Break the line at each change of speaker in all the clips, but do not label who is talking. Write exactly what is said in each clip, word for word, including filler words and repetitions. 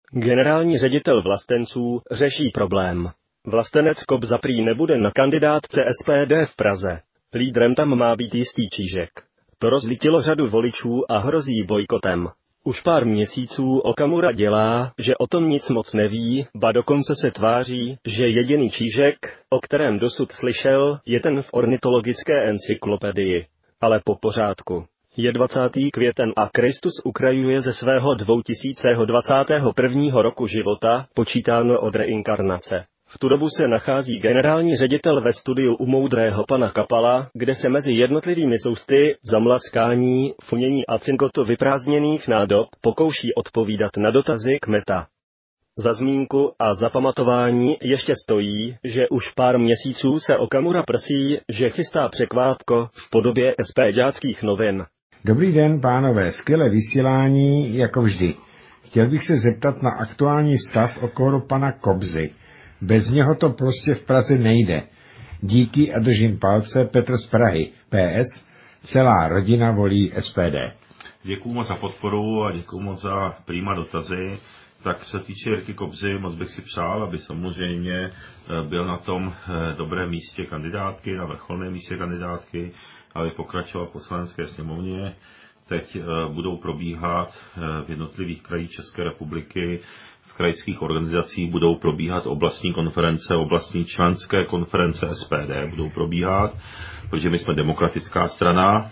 Generální ředitel vlastenců řeší problém. Vlastenec Kobza prý nebude na kandidátce S P D v Praze. Lídrem tam má být jistý Čížek. To rozlítilo řadu voličů a hrozí bojkotem. Už pár měsíců Okamura dělá, že o tom nic moc neví, ba dokonce se tváří, že jediný Čížek, o kterém dosud slyšel, je ten v ornitologické encyklopedii. Ale po pořádku. Je dvacátý květen a Kristus ukrajuje ze svého dvou tisíce dvacátého prvního roku života, počítáno od reinkarnace. V tu dobu se nachází generální ředitel ve studiu u moudrého pana Kapala, kde se mezi jednotlivými sousty, zamlaskání, funění a cinkotu vyprázdněných nádob pokouší odpovídat na dotazy kmeta. Za zmínku a zapamatování ještě stojí, že už pár měsíců se Okamura prsí, že chystá překvápko v podobě SPďáckých novin.
Dobrý den, pánové, skvělé vysílání, jako vždy. Chtěl bych se zeptat na aktuální stav okolo pana Kobzy. Bez něho to prostě v Praze nejde. Díky a držím palce, Petr z Prahy. P S. Celá rodina volí S P D.
Děkuju moc za podporu a děkuju moc za prýma dotazy. Tak se týče Jirky Kobzy, moc bych si přál, aby samozřejmě byl na tom dobrém místě kandidátky, na vrcholném místě kandidátky, aby pokračoval v poslanecké sněmovně. Teď budou probíhat v jednotlivých krajích České republiky, v krajských organizacích budou probíhat oblastní konference, oblastní členské konference S P D budou probíhat, protože my jsme demokratická strana,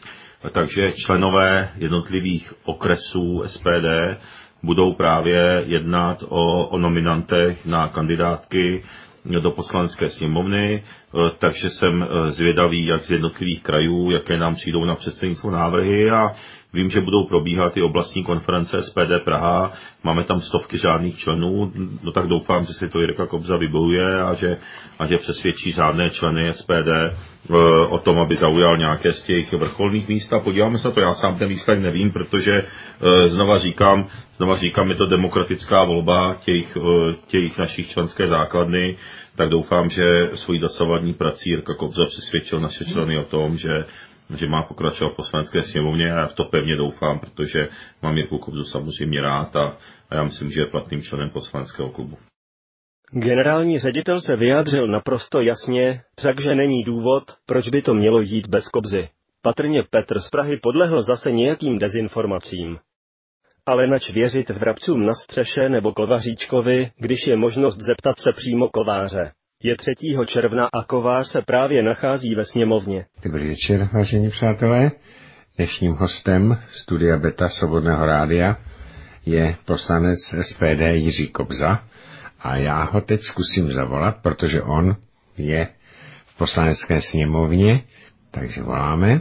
takže členové jednotlivých okresů S P D budou právě jednat o, o nominantech na kandidátky do poslanecké sněmovny, takže jsem zvědavý, jak z jednotlivých krajů, jaké nám přijdou na předsednictvo návrhy a vím, že budou probíhat i oblastní konference S P D Praha, máme tam stovky řádných členů, no tak doufám, že si to Jirka Kobza vybojuje a že, a že přesvědčí řádné členy S P D o tom, aby zaujal nějaké z těch vrcholných míst a podíváme se na to, já sám ten výsledek nevím, protože znova říkám, znova říkám, je to demokratická volba těch, těch našich členské základny, tak doufám, že svojí dosavadní prací Jirka Kobza přesvědčil naše členy o tom, že že má pokračovat v poslanecké sněmovně a já v to pevně doufám, protože mám Jirku Kobzu samozřejmě rád a, a já myslím, že je platným členem poslaneckého klubu.
Generální ředitel se vyjádřil naprosto jasně, řekl, že není důvod, proč by to mělo jít bez Kobzy. Patrně Petr z Prahy podlehl zase nějakým dezinformacím. Ale nač věřit vrabcům na střeše nebo kovaříčkovi, když je možnost zeptat se přímo kováře. Je třetího června a kovář se právě nachází ve sněmovně.
Dobrý večer, vážení přátelé. Dnešním hostem studia Beta Svobodného rádia je poslanec S P D Jiří Kobza a já ho teď zkusím zavolat, protože on je v poslanecké sněmovně, takže voláme.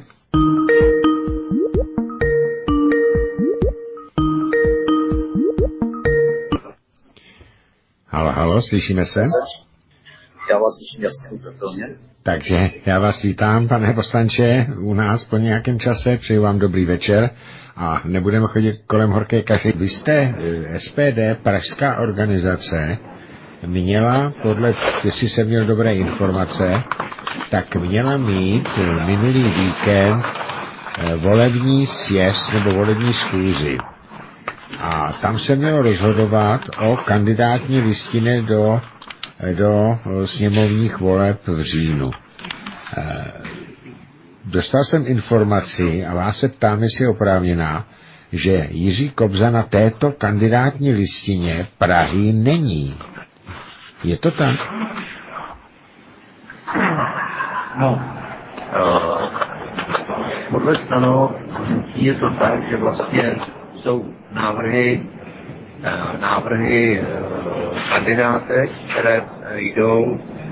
Halo, halo, slyšíme se?
Já vás slyším jasně uzřetelně.
Takže já vás vítám, pane poslanče, u nás po nějakém čase, přeji vám dobrý večer a nebudeme chodit kolem horké kaše. Vy jste S P D, pražská organizace, měla, podle, jestli jsem měl dobré informace, tak měla mít minulý víkend volební sjezd nebo volební schůzi. A tam se mělo rozhodovat o kandidátní listině do do sněmovních voleb v říjnu. Dostal jsem informaci a vás se ptám, jestli je oprávněná, že Jiří Kobza na této kandidátní listině Prahy není. Je to tak?
No, uh, podle stanov je to tak, že vlastně jsou návrhy návrhy kandidátek, které jdou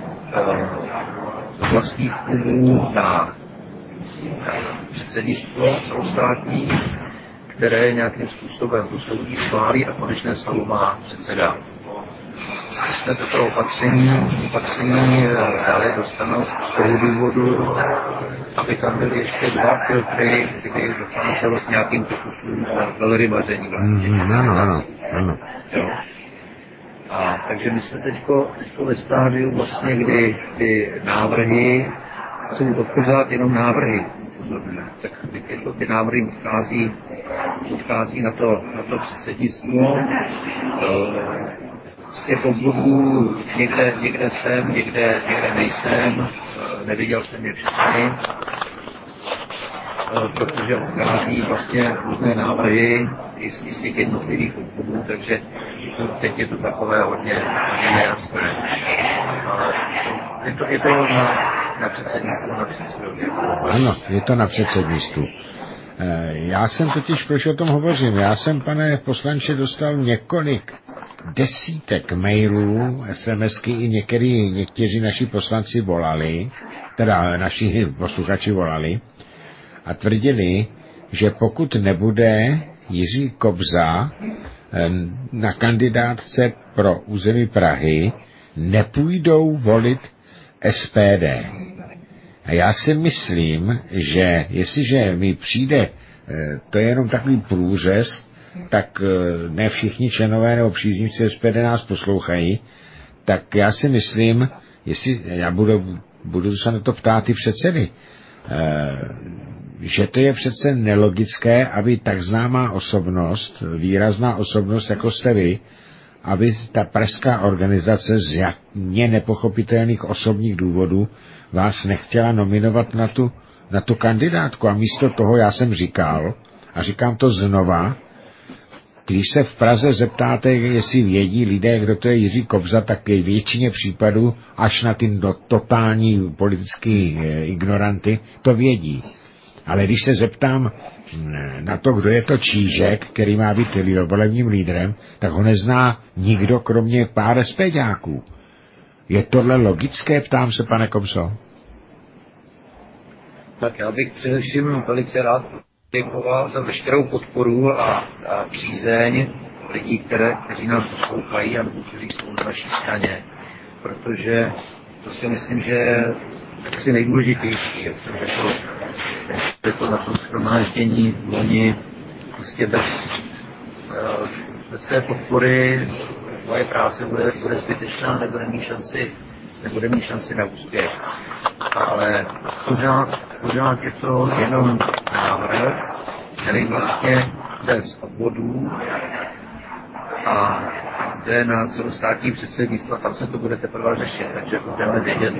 z vlastních klubů na předsednictvo celostátní, které nějakým způsobem posoudí, schválí a konečné slovo má předseda. My jsme toto opatření, opatření dali do stanov z toho důvodu, aby tam byly ještě dva filtry, kdy docházelo k nějakým pokusům velrybaření vlastně.
Mm, ano, ano, ano.
Jo. A takže my jsme teďko, teďko ve stádiu vlastně, kdy ty návrhy jsou pořád jenom návrhy. upozorňuji. Tak tyto ty návrhy odchází, odchází na to, na to předsednictvo. Z těch obvodů někde, někde jsem, někde, někde nejsem, neviděl jsem je všechny, protože odchází vlastně různé návrhy i z, i z těch jednotlivých obvodů, takže teď je to takové hodně, hodně nejasné. Ale je to, je to na, na předsednictvu, na předsedově.
Ano, je to na předsednictvu. Já jsem totiž, proč o tom hovořím, já jsem, pane poslanče, dostal několik desítek mailů, SMSky i některý, někteří naši poslanci volali, teda naši posluchači volali a tvrdili, že pokud nebude Jiří Kobza na kandidátce pro území Prahy, nepůjdou volit S P D. A já si myslím, že jestliže mi přijde, to je jenom takový průřez, tak ne všichni členové nebo příznivci S P D nás poslouchají, tak já si myslím, jestli já budu, budu se na to ptát i předsedy, že to je přece nelogické, aby tak známá osobnost, výrazná osobnost, jako jste vy, aby ta pražská organizace z mně nepochopitelných osobních důvodů vás nechtěla nominovat na tu, na tu kandidátku. A místo toho já jsem říkal, a říkám to znova, když se v Praze zeptáte, jestli vědí lidé, kdo to je Jiří Kobza, tak je většině případů, až na ty totální politický ignoranty, to vědí. Ale když se zeptám na to, kdo je to Čížek, který má být volebním lídrem, tak ho nezná nikdo, kromě pár espéďáků. Je tohle logické, ptám se, pane Kobzo?
Tak já bych především velice rád děkoval za veškerou podporu a, a přízeň lidí, které, kteří nás poslouchají a kteří jsou na naší straně, protože to si myslím, že je asi nejdůležitější, jak jsem řekl, je to na tom shromáždění loni, prostě bez, bez té podpory moje práce bude, bude zbytečná, nebude mít šanci, nebude mít šanci na úspěch. Ale pořád, pořád je to jenom návrh, který vlastně jde z obvodů a jde na celostátní předsednictvo, tam se to bude teprve řešit, takže budeme vědět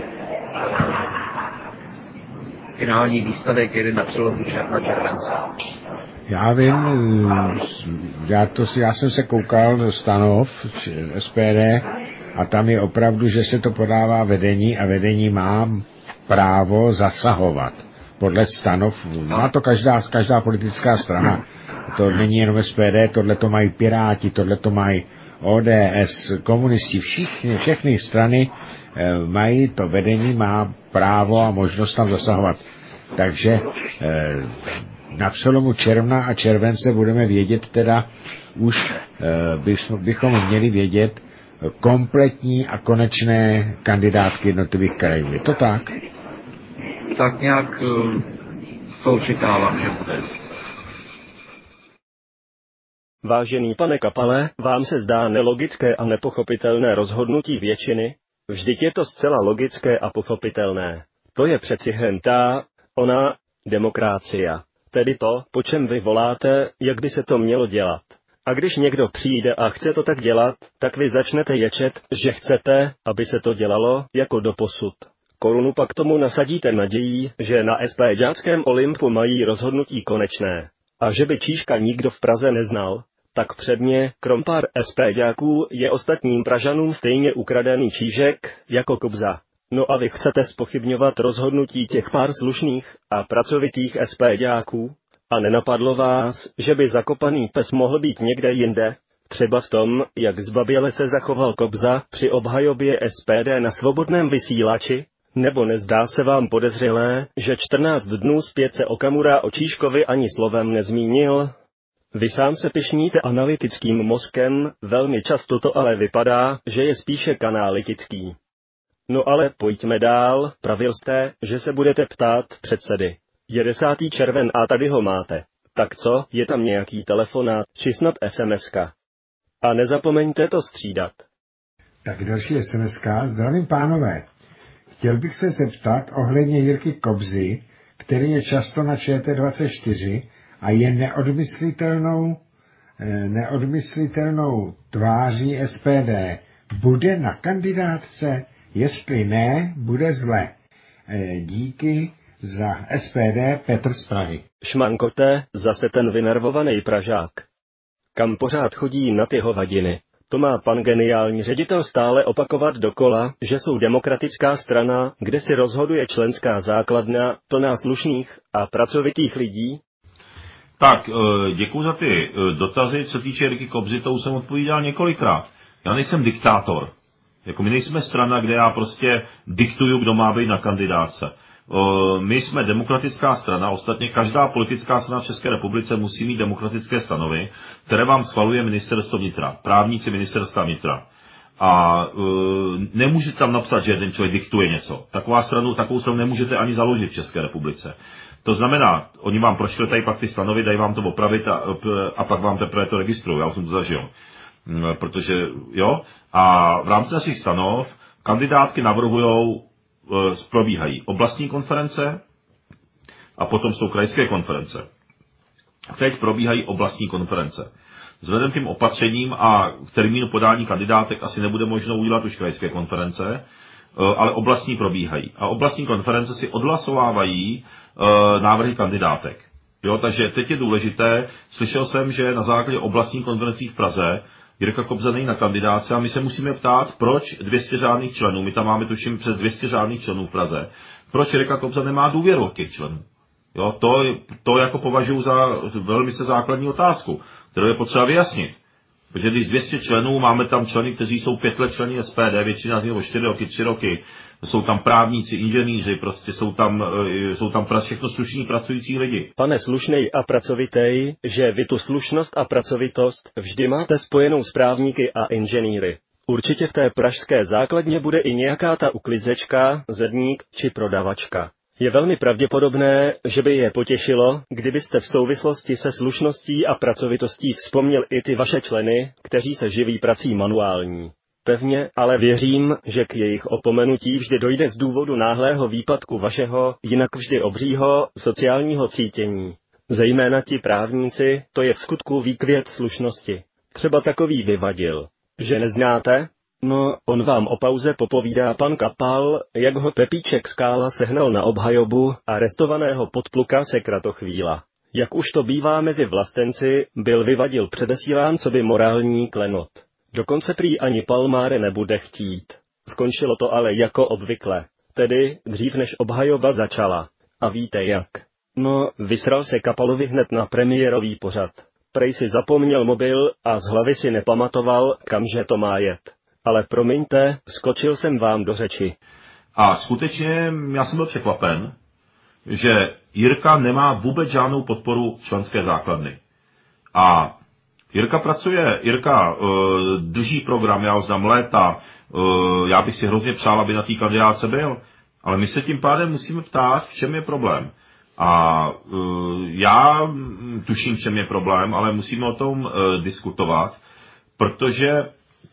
finální výsledek jeden na přelomu června července.
Já vím, já, to, já jsem se koukal do stanov S P D a tam je opravdu, že se to podává vedení a vedení má právo zasahovat podle stanov. Má to každá, každá politická strana. To není jenom S P D, tohle to mají Piráti, tohle to mají O D S, komunisti, všichni, všechny strany eh, mají, to vedení má právo a možnost tam zasahovat. Takže eh, na přelomu června a července budeme vědět teda, už eh, bychom měli vědět kompletní a konečné kandidátky jednotlivých krajů. Je to tak?
Tak nějak to očekávám, že bude.
Vážený pane Kapale, vám se zdá nelogické a nepochopitelné rozhodnutí většiny? Vždyť je to zcela logické a pochopitelné. To je přeci hentá, ona, demokracia. Tedy to, po čem vy voláte, jak by se to mělo dělat. A když někdo přijde a chce to tak dělat, tak vy začnete ječet, že chcete, aby se to dělalo, jako doposud. Korunu pak tomu nasadíte nadějí, že na espéďáckém Olympu mají rozhodnutí konečné. A že by Čížka nikdo v Praze neznal, tak předně, krom pár espéďáků, je ostatním Pražanům stejně ukradený Čížek, jako Kobza. No a vy chcete zpochybňovat rozhodnutí těch pár slušných a pracovitých espéďáků? A nenapadlo vás, že by zakopaný pes mohl být někde jinde? Třeba v tom, jak zbaběle se zachoval Kobza při obhajobě S P D na svobodném vysílači? Nebo nezdá se vám podezřelé, že čtrnáct dnů zpět se Okamura o Čížkovi ani slovem nezmínil? Vy sám se pyšníte analytickým mozkem, velmi často to ale vypadá, že je spíše kanálitický. No ale pojďme dál, pravil jste, že se budete ptát předsedy. Je desátý červen a tady ho máte. Tak co, je tam nějaký telefonát, či snad SMSka? A nezapomeňte to střídat.
Tak další SMSka. Zdravím pánové. Chtěl bych se zeptat ohledně Jirky Kobzy, který je často na Č T dvacet čtyři a je neodmyslitelnou, neodmyslitelnou tváří S P D, bude na kandidátce? Jestli ne, bude zle. Díky za S P D Petr z Prahy.
Šmankote, zase ten vynervovaný Pražák. Kam pořád chodí na ty hovadiny? To má pan geniální ředitel stále opakovat dokola, že jsou demokratická strana, kde si rozhoduje členská základna, plná slušných a pracovitých lidí?
Tak, děkuji za ty dotazy, co týče Jirky Kobzy, to už jsem odpovídal několikrát. Já nejsem diktátor. Jako my nejsme strana, kde já prostě diktuju, kdo má být na kandidátce. My jsme demokratická strana, ostatně každá politická strana v České republice musí mít demokratické stanovy, které vám schvaluje ministerstvo vnitra, právníci ministerstva vnitra. A uh, nemůžete tam napsat, že jeden člověk diktuje něco. Taková stranu, takovou stranu nemůžete ani založit v České republice. To znamená, oni vám proškrtají pak ty stanovy, dají vám to opravit a, a pak vám teprve to registrují. Já už jsem to zažil. Protože, jo, a v rámci našich stanov kandidátky navrhujou, probíhají oblastní konference a potom jsou krajské konference. Teď probíhají oblastní konference. Vzhledem k těm opatřením a k termínu podání kandidátek asi nebude možno udělat už krajské konference, ale oblastní probíhají. A oblastní konference si odhlasovávají návrhy kandidátek. Jo, takže teď je důležité, slyšel jsem, že na základě oblastních konferencí v Praze Jirka Kobza není na kandidáce a my se musíme ptát, proč dvě stě řádných členů, my tam máme tuším přes dvě stě řádných členů v Praze, proč Jirka Kobza nemá důvěru od těch členů. Jo, to, to jako považuji za velmi se základní otázku, kterou je potřeba vyjasnit. Protože když dvě stě členů, máme tam členy, kteří jsou pět let členy S P D, většina z nich o čtyři roky, tři roky, jsou tam právníci, inženýři, prostě jsou tam, jsou tam všechno slušní pracující lidi.
Pane slušnej a pracovitej, že vy tu slušnost a pracovitost vždy máte spojenou s právníky a inženýry. Určitě v té pražské základně bude i nějaká ta uklizečka, zedník či prodavačka. Je velmi pravděpodobné, že by je potěšilo, kdybyste v souvislosti se slušností a pracovitostí vzpomněl i ty vaše členy, kteří se živí prací manuální. Pevně ale věřím, že k jejich opomenutí vždy dojde z důvodu náhlého výpadku vašeho, jinak vždy obřího, sociálního cítění. Zejména ti právníci, to je v skutku výkvět slušnosti. Třeba takový Vyvadil. Že neznáte? No, on vám o pauze popovídá pan Kapal, jak ho Pepíček Skála sehnal na obhajobu arestovaného podpluka se Kratochvíla. Jak už to bývá mezi vlastenci, byl Vyvadil předesílán coby morální klenot. Dokonce prý ani Palmáre nebude chtít. Skončilo to ale jako obvykle, tedy dřív než obhajoba začala. A víte jak? No, vysral se Kapalovi hned na premiérový pořad. Prej si zapomněl mobil a z hlavy si nepamatoval, kamže to má jet. Ale promiňte, skočil jsem vám do řeči.
A skutečně já jsem byl překvapen, že Jirka nemá vůbec žádnou podporu členské základny. A Jirka pracuje, Jirka uh, drží program, já ho znám léta, uh, já bych si hrozně přál, aby na té kandidáce byl, ale my se tím pádem musíme ptát, v čem je problém. A uh, já tuším, v čem je problém, ale musíme o tom uh, diskutovat, protože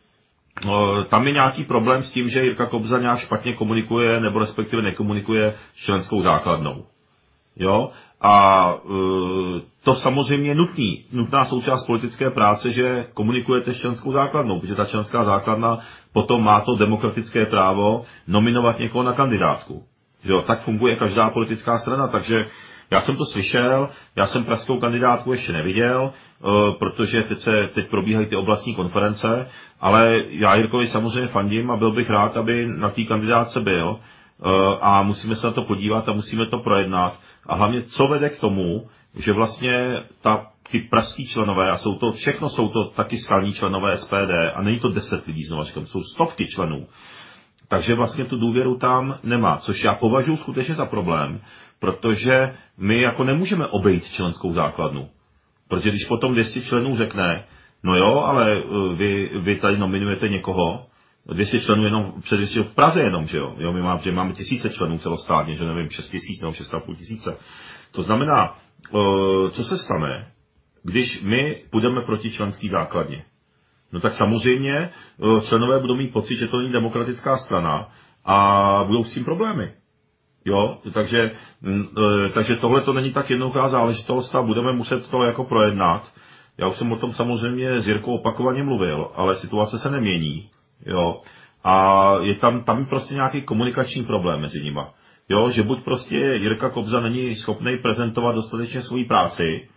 uh, tam je nějaký problém s tím, že Jirka Kobza nějak špatně komunikuje, nebo respektive nekomunikuje s členskou základnou. Jo? A uh, to samozřejmě je nutný, nutná součást politické práce, že komunikujete s členskou základnou, protože ta členská základna potom má to demokratické právo nominovat někoho na kandidátku. Jo? Tak funguje každá politická strana, takže já jsem to slyšel, já jsem pražskou kandidátku ještě neviděl, uh, protože teď, se, teď probíhají ty oblastní konference, ale já Jirkovi samozřejmě fandím a byl bych rád, aby na té kandidátce byl. A musíme se na to podívat a musíme to projednat. A hlavně, co vede k tomu, že vlastně ta, ty pražský členové, a jsou to, všechno jsou to taky skalní členové S P D, a není to deset lidí, znovu říkám, jsou stovky členů. Takže vlastně tu důvěru tam nemá, což já považuji skutečně za problém, protože my jako nemůžeme obejít členskou základnu. Protože když potom dvě stě členů řekne, no jo, ale vy, vy tady nominujete někoho, dvě stě členů jenom, před dvě stě v Praze jenom, že jo, jo my máme, že máme tisíce členů celostátně, že nevím, šest tisíc nebo šest a půl tisíce. To znamená, co se stane, když my půjdeme proti členský základně? No tak samozřejmě členové budou mít pocit, že to není demokratická strana a budou s tím problémy. Jo, takže, takže tohle to není tak jednoduchá záležitost a budeme muset to jako projednat. Já už jsem o tom samozřejmě s Jirkou opakovaně mluvil, ale situace se nemění. Jo, a je tam, tam prostě nějaký komunikační problém mezi nima. Jo, že buď prostě Jirka Kobza není schopný prezentovat dostatečně svoji práci,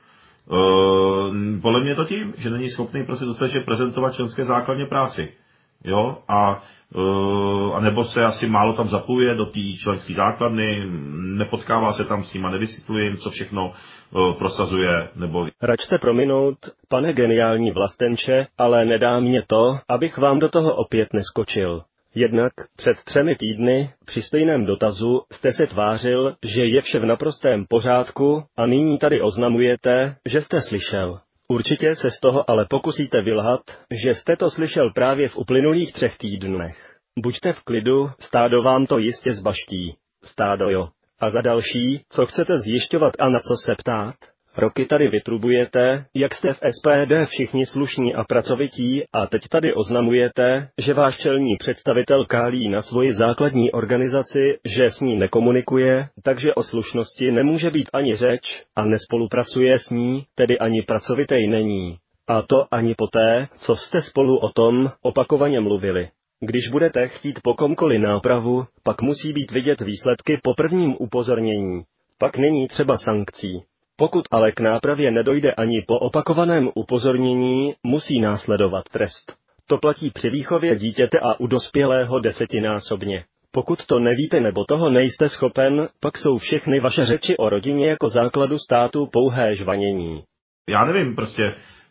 Uh, podle mě to tím, že není schopný prostě dostatečně prezentovat členské základně práci. Jo, a, uh, a nebo se asi málo tam zapojuje do té členské základny, nepotkává se tam s ním a nevysvětluje jim, co všechno uh, prosazuje, nebo...
Račte prominout, pane geniální vlastenče, ale nedá mě to, abych vám do toho opět neskočil. Jednak před třemi týdny při stejném dotazu jste se tvářil, že je vše v naprostém pořádku a nyní tady oznamujete, že jste slyšel. Určitě se z toho ale pokusíte vylhat, že jste to slyšel právě v uplynulých třech týdnech. Buďte v klidu, stádo vám to jistě zbaští. Stádo jo. A za další, co chcete zjišťovat a na co se ptát? Roky tady vytrubujete, jak jste v S P D všichni slušní a pracovití a teď tady oznamujete, že váš čelní představitel kálí na svoji základní organizaci, že s ní nekomunikuje, takže o slušnosti nemůže být ani řeč a nespolupracuje s ní, tedy ani pracovitej není. A to ani poté, co jste spolu o tom opakovaně mluvili. Když budete chtít po komkoli nápravu, pak musí být vidět výsledky po prvním upozornění. Pak není třeba sankcí. Pokud ale k nápravě nedojde ani po opakovaném upozornění, musí následovat trest. To platí při výchově dítěte a u dospělého desetinásobně. Pokud to nevíte nebo toho nejste schopen, pak jsou všechny vaše řeči o rodině jako základu státu pouhé žvanění.
Já nevím, prostě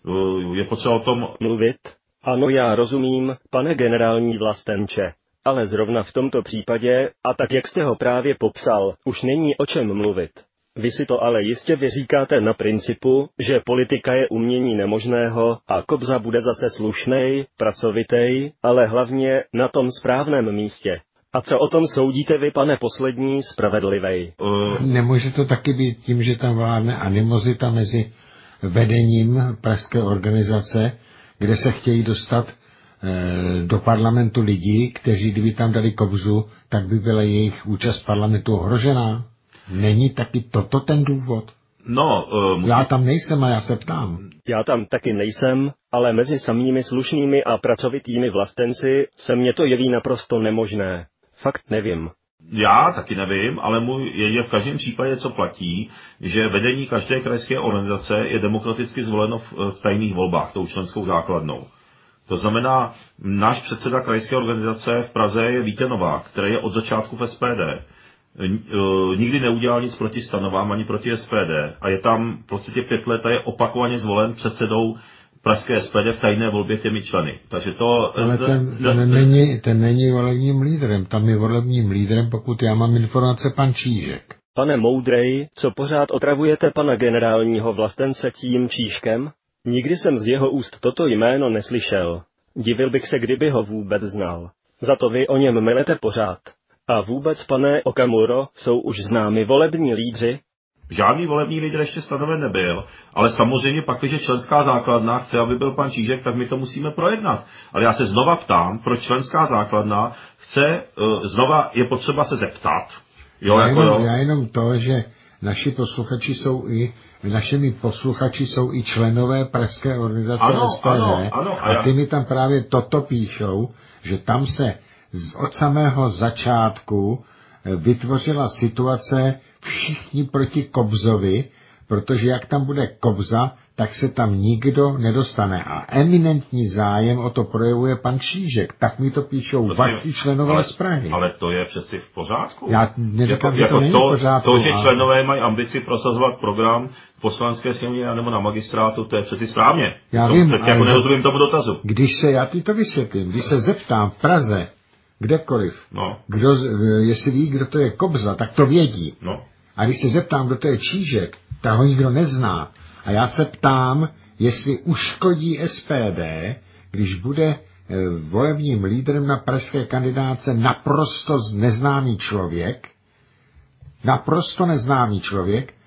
je potřeba o tom
mluvit. Ano, já rozumím, pane generální vlastenče. Ale zrovna v tomto případě, a tak jak jste ho právě popsal, už není o čem mluvit. Vy si to ale jistě vyříkáte na principu, že politika je umění nemožného a Kobza bude zase slušnej, pracovitej, ale hlavně na tom správném místě. A co o tom soudíte vy, pane poslední spravedlivej?
Uh... Nemůže to taky být tím, že tam vládne animozita mezi vedením pražské organizace, kde se chtějí dostat e, do parlamentu lidi, kteří kdyby tam dali Kobzu, tak by byla jejich účast parlamentu ohrožená? Není taky toto ten důvod?
No, uh, musí...
Já tam nejsem a já se ptám.
Já tam taky nejsem, ale mezi samými slušnými a pracovitými vlastenci se mně to jeví naprosto nemožné. Fakt nevím.
Já taky nevím, ale můj je, je v každém případě, co platí, že vedení každé krajské organizace je demokraticky zvoleno v, v tajných volbách, tou členskou základnou. To znamená, náš předseda krajské organizace v Praze je Vítě Novák, který je od začátku v S P D. Nikdy neudělal nic proti stanovám ani proti S P D a je tam v podstatě pět let a je opakovaně zvolen předsedou pražské S P D v tajné volbě těmi členy. Takže to...
Ale ten, ten, není, ten není volebním lídrem, tam je volebním lídrem, pokud já mám informace, pan Čížek.
Pane moudrej, co pořád otravujete pana generálního vlastence tím Čížkem? Nikdy jsem z jeho úst toto jméno neslyšel. Divil bych se, kdyby ho vůbec znal. Za to vy o něm milete pořád. A vůbec, pane Okamuro, jsou už známi volební lídři?
Žádný volební lídr ještě stanoven nebyl, ale samozřejmě pak, když členská základna chce, aby byl pan Čížek, tak my to musíme projednat. Ale já se znova ptám, proč členská základna chce, uh, znova je potřeba se zeptat. Jo,
já,
jako
jenom,
jo.
já jenom to, že naši posluchači jsou i, našimi posluchači jsou i členové pražské organizace
ano,
S P D
ano, ano, a,
a ty mi tam právě toto píšou, že tam se z, od samého začátku vytvořila situace všichni proti Kobzovi, protože jak tam bude Kobza, tak se tam nikdo nedostane. A eminentní zájem o to projevuje pan Čížek. Tak mi to píšou vaši členové
ale,
z Prahy.
Ale to je přeci v pořádku.
Já neříkám,
jako,
že to
jako
není
to,
v pořádku.
To, že
ale...
členové mají ambici prosazovat program v poslanské sněmovně nebo na magistrátu, to je přeci správně.
Já
to,
vím,
tak jako nerozumím tomu dotazu.
Když se, já ti to vysvětlím, když se zeptám v Praze, kdekoliv,
no.
kdo, jestli ví, kdo to je Kobza, tak to vědí.
No.
A když se zeptám, kdo to je Čížek, tak ho nikdo nezná. A já se ptám, jestli uškodí S P D, když bude volebním lídrem na pražské kandidáce naprosto neznámý člověk, naprosto neznámý člověk,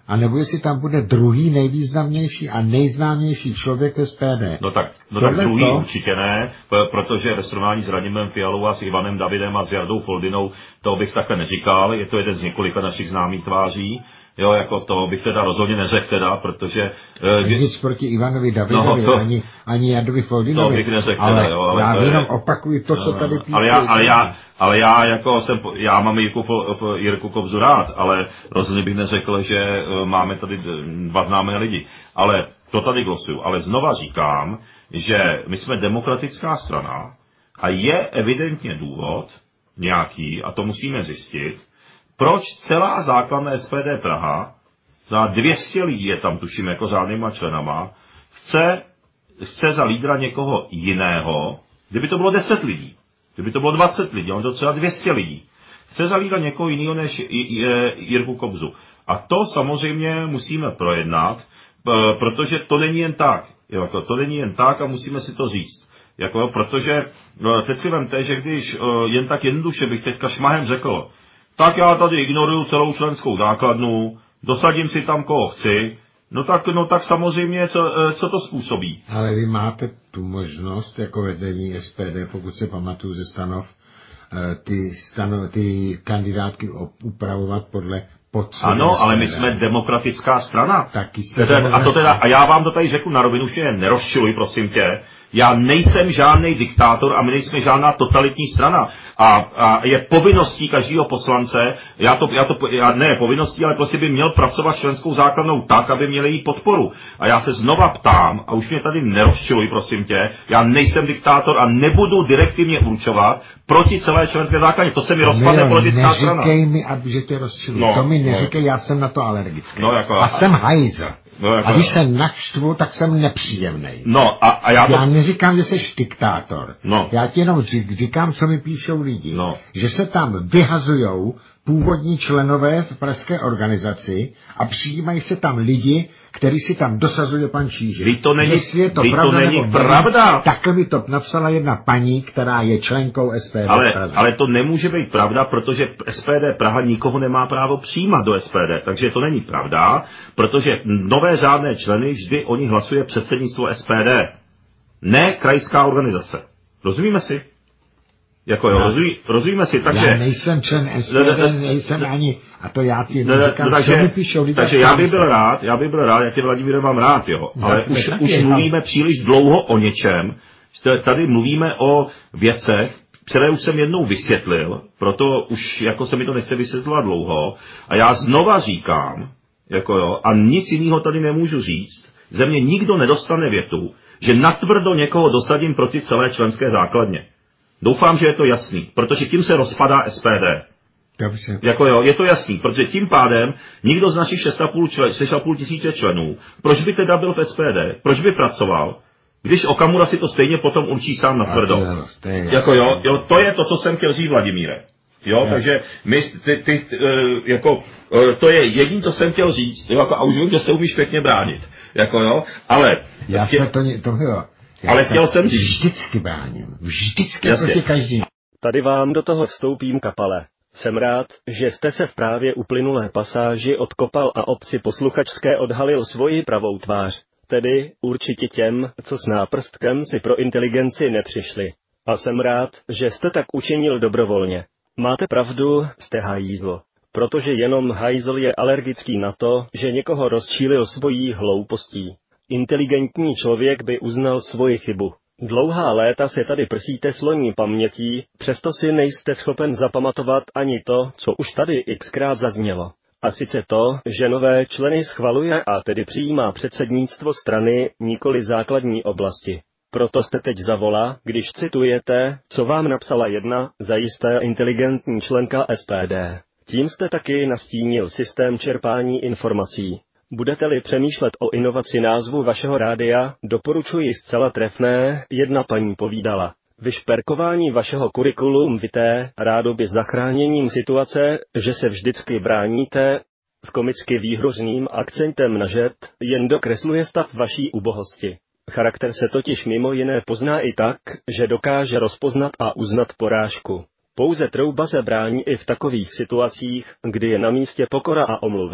a nebo jestli tam bude druhý nejvýznamnější a nejznámější člověk S P D.
No tak, no tak druhý to... určitě ne, protože ve srovnání s Radimem Fialou a s Ivanem Davidem a s Jardou Foldynou, to bych takhle neříkal, je to jeden z několika našich známých tváří. Jo, jako to bych teda rozhodně neřekl teda, protože... Uh,
nic proti Ivanovi Davidovi, no, to, ani, ani Jardovi Foldynovi.
To bych neřekl
ale
teda, jo. Ale
já
to
jenom
je,
opakuju to, co tady píše.
Ale já, ale já, ale já jako jsem, já mám Jirku, Jirku Kobzu rád, ale rozhodně bych neřekl, že máme tady dva známé lidi. Ale to tady glosuju. Ale znova říkám, že my jsme demokratická strana a je evidentně důvod nějaký, a to musíme zjistit, proč celá základna S P D Praha, za dvě stě lidí je tam, tuším, jako řádnýma členama, chce, chce za lídra někoho jiného, kdyby to bylo deset lidí, kdyby to bylo dvacet lidí, on to třeba dvě stě lidí, chce za lídra někoho jiného než Jirku Kobzu. A to samozřejmě musíme projednat, protože to není jen tak, jako to není jen tak a musíme si to říct. Jako, protože teď si vemte, že když jen tak jednoduše bych teďka šmahem řekl, tak já tady ignoruju celou členskou základnu, dosadím si tam, koho chci, no tak, no tak samozřejmě, co, co to způsobí.
Ale vy máte tu možnost, jako vedení S P D, pokud se pamatuju ze stanov, ty, stano, ty kandidátky upravovat podle potřeby.
Ano, ale my jsme demokratická strana.
Taky
a, to teda, a já vám to tady řeknu na rovinu, už mě nerozčiluj, prosím tě. Já nejsem žádný diktátor a my nejsme žádná totalitní strana. A, a je povinností každého poslance, já to, já to já, ne povinností, ale prostě by měl pracovat členskou základnou tak, aby měl její podporu. A já se znova ptám, a už mě tady nerozčiluj, prosím tě, já nejsem diktátor a nebudu direktivně určovat proti celé členské základně. To se mi rozpadne politická
neříkej
strana.
Neříkej mi, aby že tě rozčiluj. No, to mi neříkej, no. Já jsem na to alergický.
No, jako,
a jsem hajzl.
No, jako
a když se naštvu, tak jsem nepříjemnej.
No, a, a já, to...
já neříkám, že jsi diktátor.
No.
Já ti jenom říkám, co mi píšou lidi.
No.
Že se tam vyhazujou původní členové v pražské organizaci a přijímají se tam lidi, který si tam dosazuje pan Čížek.
To není,
Jestli je to
pravda,
pravda,
to není
nebo
pravda.
Nevím, takhle mi to napsala jedna paní, která je členkou S P D
ale,
Praze.
ale to nemůže být pravda, protože S P D Praha nikoho nemá právo přijímat do S P D. Takže to není pravda, protože nové řádné členy vždy o nich hlasuje předsednictvo S P D. Ne krajská organizace. Rozumíme si? Jako jo, rozumí, rozumíme si, takže...
Já nejsem člen S P D, nejsem ani, a to já ti
ne,
říkám,
no, takže,
co mi píšou lidi.
Takže já bych byl rád, já bych byl rád, já tě Vladimíre mám rád, jo, ale já už, už mluvíme příliš dlouho o něčem, tady mluvíme o věcech, které už jsem jednou vysvětlil, proto už jako se mi to nechce vysvětlovat dlouho, a já znova říkám, jako jo, a nic jiného tady nemůžu říct, ze mě nikdo nedostane větu, že natvrdo někoho dosadím proti celé členské základně. Doufám, že je to jasný, protože tím se rozpadá S P D.
Dobře.
Jako jo, je to jasný, protože tím pádem nikdo z našich šest a půl tisíce členů, proč by teda byl v S P D, proč by pracoval, když Okamura si to stejně potom určí sám natvrdo. Jako jo, jo, to je to, co jsem chtěl říct, Vladimíre. Jo, je. Takže my, ty, ty, ty, jako, to je jediné, co jsem chtěl říct, jo, jako, a už vím, že se umíš pěkně bránit. Jako jo, ale...
Já
tě...
se to, to jo. Já
ale chtěl jsem říct.
Vždycky bráním. Vždycky
Jasně.
Proti každý.
Tady vám do toho vstoupím, Kapale. Jsem rád, že jste se v právě uplynulé pasáži od Kopal a obci posluchačské odhalil svoji pravou tvář. Tedy určitě těm, co s náprstkem si pro inteligenci nepřišli. A jsem rád, že jste tak učinil dobrovolně. Máte pravdu, jste hajzl. Protože jenom hajzl je alergický na to, že někoho rozčílil svojí hloupostí. Inteligentní člověk by uznal svoji chybu. Dlouhá léta se tady prsíte sloní pamětí, přesto si nejste schopen zapamatovat ani to, co už tady xkrát zaznělo. A sice to, že nové členy schvaluje a tedy přijímá předsednictvo strany, nikoli základní oblasti. Proto jste teď zavolá, když citujete, co vám napsala jedna, zajisté inteligentní členka S P D. Tím jste taky nastínil systém čerpání informací. Budete-li přemýšlet o inovaci názvu vašeho rádia, doporučuji zcela trefné, jedna paní povídala. Vyšperkování vašeho kurikulum vitae, rádoby zachráněním situace, že se vždycky bráníte, s komicky výhrožným akcentem na žet, jen dokresluje stav vaší ubohosti. Charakter se totiž mimo jiné pozná i tak, že dokáže rozpoznat a uznat porážku. Pouze trouba se brání i v takových situacích, kdy je na místě pokora a omluva.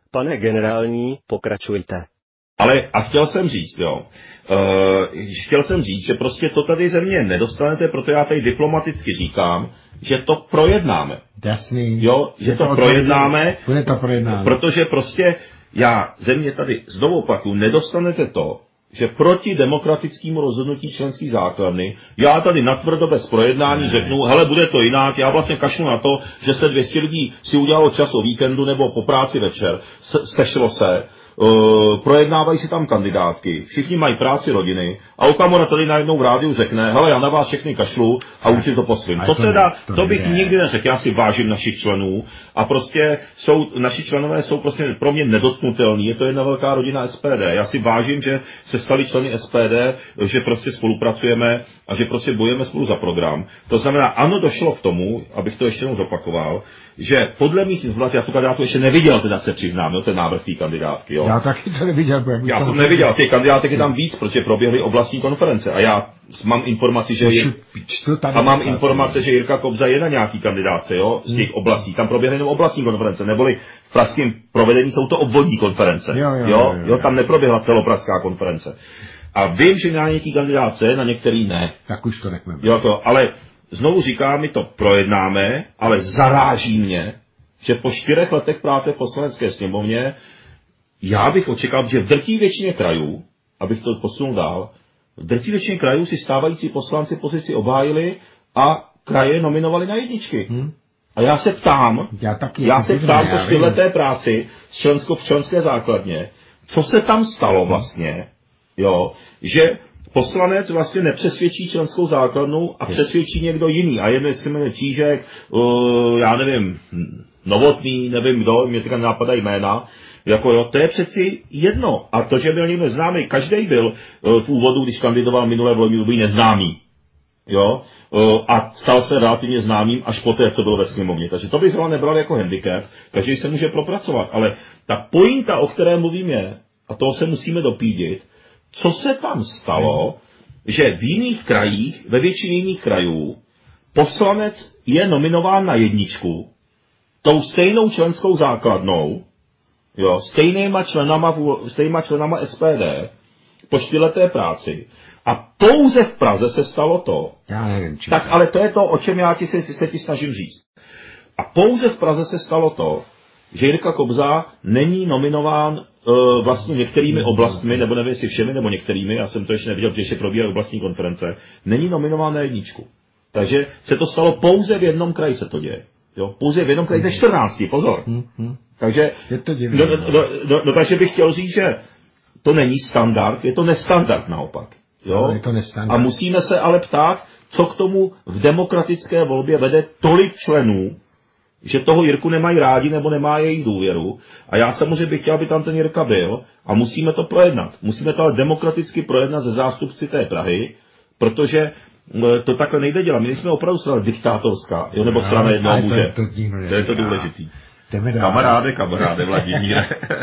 Pane generální, pokračujte.
Ale a chtěl jsem říct, jo, uh, chtěl jsem říct, že prostě to tady ze mě nedostanete, proto já tady diplomaticky říkám, že to projednáme.
Jasný.
Jo, že to, to projednáme,
bude to projednáme,
protože prostě já ze mě tady znovu opakuju, nedostanete to, že proti demokratickému rozhodnutí členských základny, já tady natvrdo bez projednání ne. řeknu, hele, bude to jinak, já vlastně kašlu na to, že se dvě stě lidí si udělalo čas o víkendu nebo po práci večer, sešlo se, Uh, projednávají si tam kandidátky, všichni mají práci, rodiny a Okamura tady najednou v rádiu řekne, hele, já na vás všechny kašlu a už si to posvím. To, to teda, to, to bych nikdy neřekl, já si vážím našich členů a prostě jsou, naši členové jsou prostě pro mě nedotknutelní, je to jedna velká rodina S P D. Já si vážím, že se stali členy S P D, že prostě spolupracujeme a že prostě bojujeme spolu za program. To znamená, ano, došlo k tomu, abych to ještě jednou zopakoval, že podle mých informací, já tu kandidátu ještě neviděl, teda se přiznám, jo, ten návrh té kandidátky, jo.
Já taky to neviděl.
Já jsem neviděl, těch kandidátek je tam víc, protože proběhly oblastní konference a já mám informaci, že je, a mám informace, že Jirka Kobza je na nějaký kandidáce, jo, z těch oblastí. Tam proběhly jenom oblastní konference, neboli v pražském provedení jsou to obvodní konference, jo, jo, jo, jo, jo, jo. Tam neproběhla celopražská konference. A vím, že na některý kandidáce, na některý ne.
Tak už to nechme.
Jo, to, ale znovu říkám, my to projednáme, ale zaráží mě, že po čtyřech letech práce v Poslanecké sněmovně já bych očekal, že v drtí většině krajů, abych to posunul dál, v drtí většině krajů si stávající poslanci pozici obhájili a kraje nominovali na jedničky. Hmm. A já se ptám,
já, taky,
já se ptám po čtyřleté práci v, člensko, v členské základně, co se tam stalo vlastně, jo, že poslanec vlastně nepřesvědčí členskou základnu a přesvědčí někdo jiný. A jedno, jestli se jmenuje Čížek, uh, já nevím, Novotný, nevím kdo, mě teďka napadají jména, jako jo, to je přeci jedno. A to, že byl někdo neznámý, každý byl uh, v úvodu, když kandidoval minulé volební období, neznámý. Jo, uh, a stal se relativně známým až poté, co byl ve sněmovně. Takže to bych zrovna nebral jako handicap, každý se může propracovat. Ale ta pointa, o které mluvím, je, a toho se musíme dopídit, co se tam stalo, že v jiných krajích, ve většině jiných krajů, poslanec je nominován na jedničku, tou stejnou členskou základnou, jo, stejnýma členama, stejnýma členama S P D, po čtyřleté práci, a pouze v Praze se stalo to.
Já nevím, či
tak ale to je to, o čem já ti se, se ti snažím říct. A pouze v Praze se stalo to, že Jirka Kobza není nominován uh, vlastně některými oblastmi, nebo nevím, jestli všemi, nebo některými, já jsem to ještě neviděl, protože ještě probíhají oblastní konference, není nominován na jedničku. Takže se to stalo pouze v jednom kraji se to děje. Jo? Pouze v jednom kraji ze čtrnácti, pozor. Takže,
je to divné,
no, no, no, no, takže bych chtěl říct, že to není standard, je to nestandard naopak. Jo?
Je to nestandard.
A musíme se ale ptát, co k tomu v demokratické volbě vede tolik členů, že toho Jirku nemají rádi nebo nemá její důvěru. A já samozřejmě bych chtěl, aby tam ten Jirka byl a musíme to projednat. Musíme to ale demokraticky projednat ze zástupci té Prahy, protože to takhle nejde dělat. My jsme opravdu strana diktátorská, jo, nebo strana jednoho muže.
To, to,
to je to důležitý. Kamaráde, kamaráde, Vladimíre.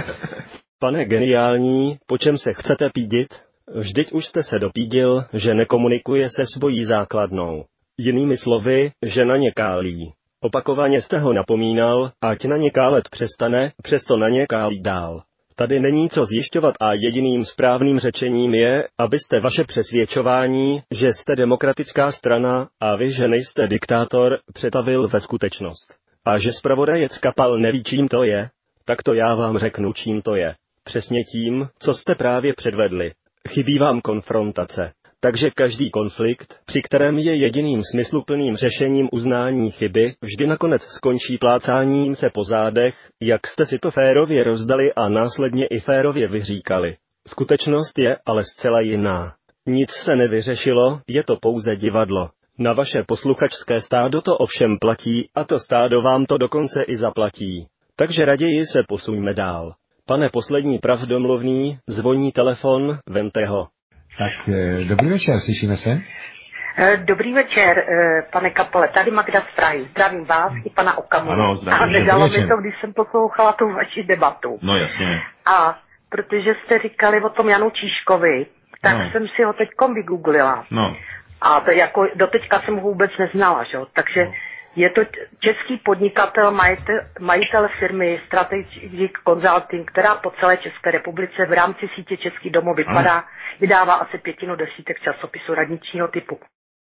Pane geniální, po čem se chcete pídit? Vždyť už jste se dopídil, že nekomunikuje se svojí základnou. Jinými slovy, že na ně kálí. Opakovaně jste ho napomínal, ať na ně kálet přestane, přesto na ně kálí dál. Tady není co zjišťovat a jediným správným řečením je, abyste vaše přesvědčování, že jste demokratická strana a vy, že nejste diktátor, přetavil ve skutečnost. A že zpravodajec Kapal neví, čím to je, tak to já vám řeknu, čím to je. Přesně tím, co jste právě předvedli. Chybí vám konfrontace. Takže každý konflikt, při kterém je jediným smysluplným řešením uznání chyby, vždy nakonec skončí plácáním se po zádech, jak jste si to férově rozdali a následně i férově vyříkali. Skutečnost je ale zcela jiná. Nic se nevyřešilo, je to pouze divadlo. Na vaše posluchačské stádo to ovšem platí a to stádo vám to dokonce i zaplatí. Takže raději se posuňme dál. Pane poslední pravdomluvný, zvoní telefon, vemte ho.
Tak, dobrý večer, slyšíme se?
Dobrý večer, pane Kapale, tady Magda z Prahy. Zdravím vás i pana Okamuru.
Ano, zdravím.
A nedalo mi to, když jsem poslouchala tu vaši debatu.
No jasně.
A protože jste říkali o tom Janu Číškovi, tak no. jsem si ho teďkom vygooglila.
No.
A to jako doteďka jsem ho vůbec neznala, že? Takže Je to český podnikatel, majitel, majitel firmy Strategic Consulting, která po celé České republice v rámci sítě Český domov vypadá, vydává asi pětinu desítek časopisů radničního typu.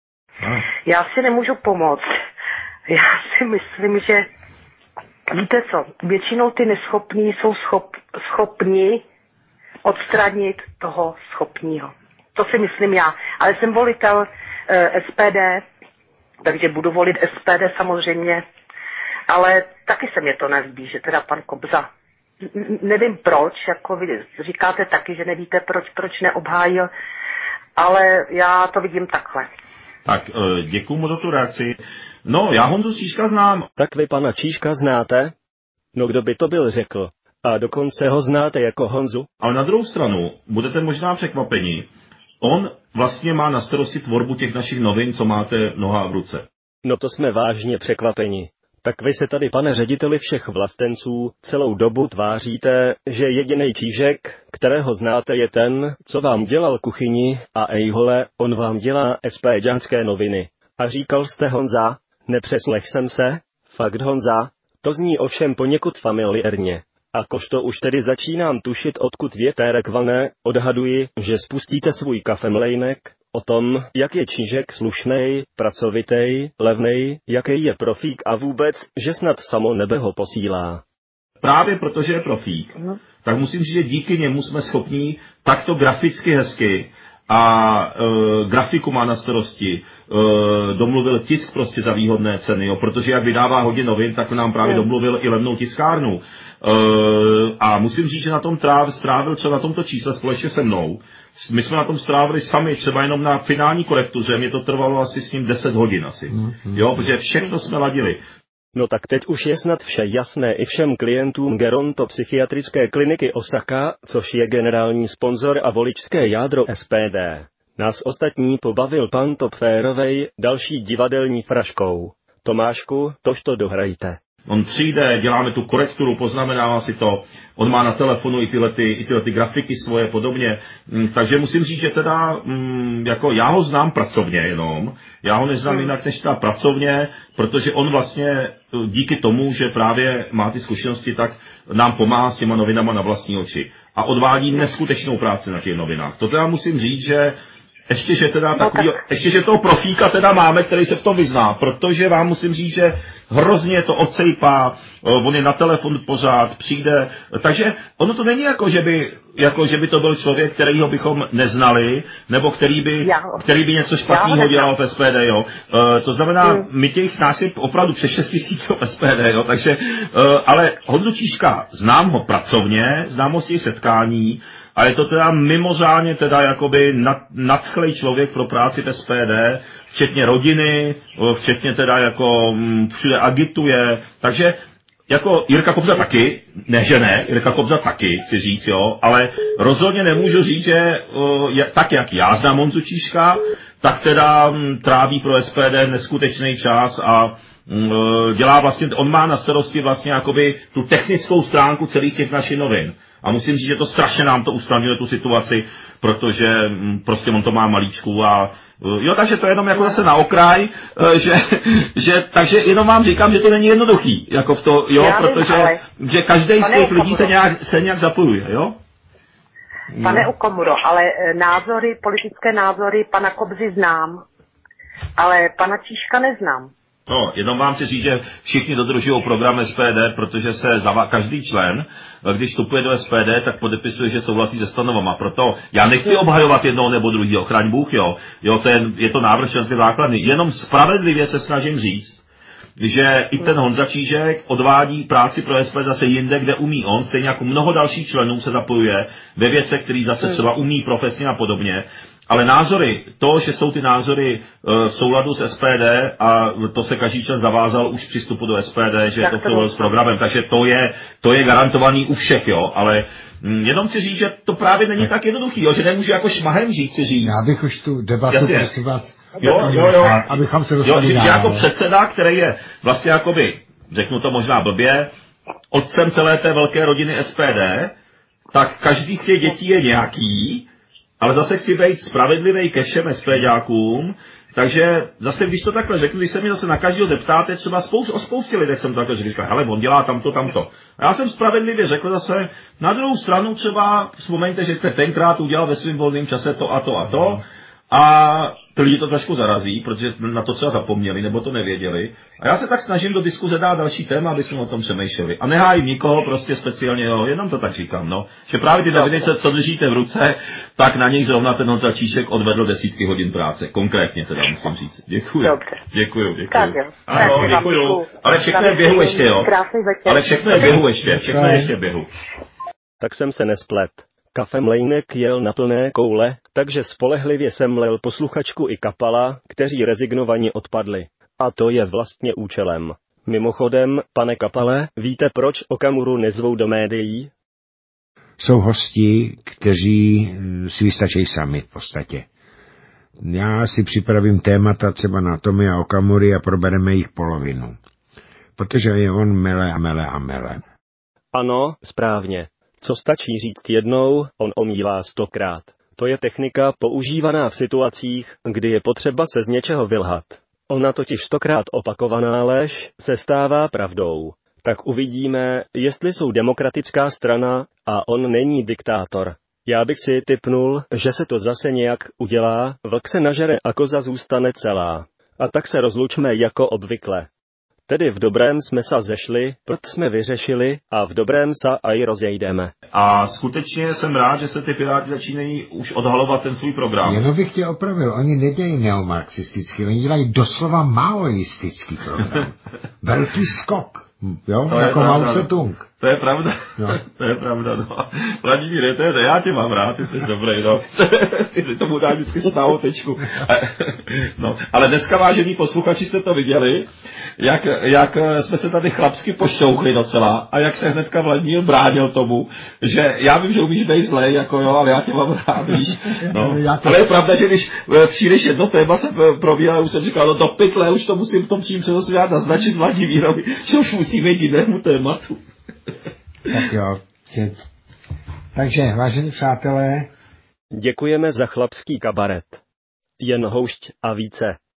Já si nemůžu pomoct. Já si myslím, že víte co, většinou ty neschopní jsou schop, schopni odstranit toho schopního. To si myslím já. Ale jsem volitel eh, S P D, takže budu volit S P D samozřejmě, ale taky se mě to nelíbí, že teda pan Kobza, nevím proč, jako vy říkáte taky, že nevíte proč, proč neobhájil, ale já to vidím takhle.
Tak děkuju mu za tu reakci. No, já Honzu Číška znám.
Tak vy pana Číška znáte? No kdo by to byl řekl? A dokonce ho znáte jako Honzu?
Ale na druhou stranu, budete možná překvapeni, on vlastně má na starosti tvorbu těch našich novin, co máte noha v ruce.
No to jsme vážně překvapeni. Tak vy se tady, pane řediteli všech vlastenců, celou dobu tváříte, že jedinej Čížek, kterého znáte, je ten, co vám dělal kuchyni a ejhole, on vám dělá SPďanské noviny. A říkal jste Honza? Nepřeslech jsem se? Fakt Honza? To zní ovšem poněkud familiárně. A kožto už tedy začínám tušit, odkud větérek vane, odhaduji, že spustíte svůj kafemlejnek o tom, jak je Čížek slušnej, pracovitej, levnej, jaký je profík a vůbec, že snad samo nebe ho posílá.
Právě protože je profík, tak musím říct, že díky němu jsme schopni takto graficky hezky a e, grafiku má na starosti, e, domluvil tisk prostě za výhodné ceny, jo, protože jak vydává hodně novin, tak nám právě domluvil i levnou tiskárnu. E, a musím říct, že na tom tráv, strávil třeba na tomto čísle společně se mnou. My jsme na tom strávili sami, třeba jenom na finální korektuře, mě to trvalo asi s ním deset hodin asi, jo, protože všechno jsme ladili.
No tak teď už je snad vše jasné i všem klientům gerontopsychiatrické kliniky Osaka, což je generální sponzor a voličské jádro S P D. Nás ostatní pobavil pan Top Férovej další divadelní fraškou. Tomášku, tož to dohrajte.
On přijde, děláme tu korekturu, poznamenává si to, on má na telefonu i tyhle, ty, i tyhle ty grafiky svoje podobně, takže musím říct, že teda, jako já ho znám pracovně jenom, já ho neznám hmm. jinak než teda pracovně, protože on vlastně díky tomu, že právě má ty zkušenosti, tak nám pomáhá s těma novinama na vlastní oči a odvádí neskutečnou práci na těch novinách. To teda musím říct, že Ještě, že teda takový, no tak. ještě, že toho profíka teda máme, který se v tom vyzná, protože vám musím říct, že hrozně to odsejpá, on je na telefon pořád, přijde, takže ono to není jako, že by, jako, že by to byl člověk, kterýho bychom neznali, nebo který by, který by něco špatného dělal v S P D, jo. E, to znamená, hmm. my těch nás je opravdu přes šest tisíc v S P D, jo, takže, e, ale Honzu Číška, znám ho pracovně, znám ho z těch setkání, a je to teda mimořádně teda jakoby nad, nadchlej člověk pro práci v S P D, včetně rodiny, včetně teda jako m, všude agituje, takže jako Jirka Kobza taky, ne že ne, Jirka Kobza taky, chci říct, jo, ale rozhodně nemůžu říct, že uh, tak jak já znám Honzu Číška, tak teda m, tráví pro S P D neskutečný čas a m, dělá vlastně, on má na starosti vlastně jakoby tu technickou stránku celých těch našich novin. A musím říct, že to strašně nám to usnadňuje tu situaci, protože prostě on to má malíčku a jo, takže to je jenom jako zase na okraj, že, že, takže jenom vám říkám, že to není jednoduchý, jako v to, jo, Já protože vím, ale... že každý z těch lidí se nějak, se nějak zapojuje, jo?
Pane Okamuro, ale názory, politické názory pana Kobzy znám, ale pana Číška neznám.
No, jenom vám chci říct, že všichni dodržují program S P D, protože se zavá, každý člen, když vstupuje do S P D, tak podepisuje, že souhlasí se stanovama. Proto já nechci obhajovat jednoho nebo druhého, chraň Bůh, jo. Jo, to je, je to návrh členské základny. Jenom spravedlivě se snažím říct, že i ten Honza Čížek odvádí práci pro S P D zase jinde, kde umí on, stejně jako mnoho dalších členů se zapojuje ve věcech, který zase třeba umí profesně a podobně. Ale názory, to, že jsou ty názory v souladu s S P D a to se každý člen zavázal už při vstupu do S P D, že je to v souladu s programem, takže to je, to je garantovaný u všech, jo, ale jenom si říct, že to právě není tak jednoduchý, jo, že nemůže jako šmahem říct, si říct.
Já bych už tu debatu,
Jasně.
prosím vás,
jo, jo, jo.
abychom se dostali
jo,
dál.
že jako předseda, který je vlastně jakoby, řeknu to možná blbě, otcem celé té velké rodiny S P D, tak každý z těch dětí je nějaký, ale zase chci být spravedlivý ke všem SPďákům, takže zase, když to takhle řeknu, když se mi zase na každého zeptáte, třeba spoustu, o spoustě lidech jsem takhle řekl, hele, on dělá tamto, tamto. A já jsem spravedlivě řekl zase, na druhou stranu třeba vzpomeňte, že jste tenkrát udělal ve svém volném čase to a to a to, a ty lidi to trošku zarazí, protože na to třeba zapomněli, nebo to nevěděli. A já se tak snažím do diskuze dát další téma, aby jsme o tom přemýšleli. A nehájím nikoho prostě speciálně, jo, jenom to tak říkám, no. Že právě ty noviny, co držíte v ruce, tak na nich zrovna ten Honza Číšek odvedl desítky hodin práce. Konkrétně teda musím říct. Děkuji.
Dobře.
Děkuji, děkuji.
Tak jo.
Ano, děkuji. Ale všechno je v běhu ještě, jo. Ale všechno je v běhu ještě, všechno je ještě v běhu.
Tak jsem se nesplet. Kafe Mlejnek jel na plné koule, takže spolehlivě jsem mlel posluchačku i Kapala, kteří rezignovaně odpadli. A to je vlastně účelem. Mimochodem, pane Kapale, víte proč Okamuru nezvou do médií?
Jsou hosti, kteří si vystačí sami v podstatě. Já si připravím témata třeba na Tomia Okamury a probereme jich polovinu. Protože je on mele a mele a mele.
Ano, správně. Co stačí říct jednou, on omílá stokrát. To je technika používaná v situacích, kdy je potřeba se z něčeho vylhat. Ona totiž stokrát opakovaná lež se stává pravdou. Tak uvidíme, jestli jsou demokratická strana a on není diktátor. Já bych si tipnul, že se to zase nějak udělá, vlk se nažere a koza zůstane celá. A tak se rozlučme jako obvykle. Tedy v dobrém jsme se zešli, proto jsme vyřešili a v dobrém se aj rozjejdeme.
A skutečně jsem rád, že se ty Piráti začínají už odhalovat ten svůj program.
Jenom bych tě opravil, oni nedělají neomarxistický, oni dělají doslova maoistický program. Velký skok, jo,
to
jako Mao Tse-tung.
To je pravda,
no.
To je pravda, no. Vladimíre, to je, já tě mám rád, ty jsi dobrý, no. Ty tomu dáš vždycky stávou tečku. No, ale dneska, vážení posluchači, jste to viděli, jak, jak jsme se tady chlapsky pošťouchli docela a jak se hnedka Vladimír bránil tomu, že já vím, že umíš být zlej, jako jo, ale já tě mám rád, víš. No. Ale je pravda, že když příliš jedno téma se probíhá, už jsem říkal, no do pytle, už to musím v tom čím přenosu já naznačit Vladimírovi, že už musí být jinému tématu.
Tak jo. Takže, vážení přátelé,
děkujeme za chlapský kabaret. Jen houšť a více.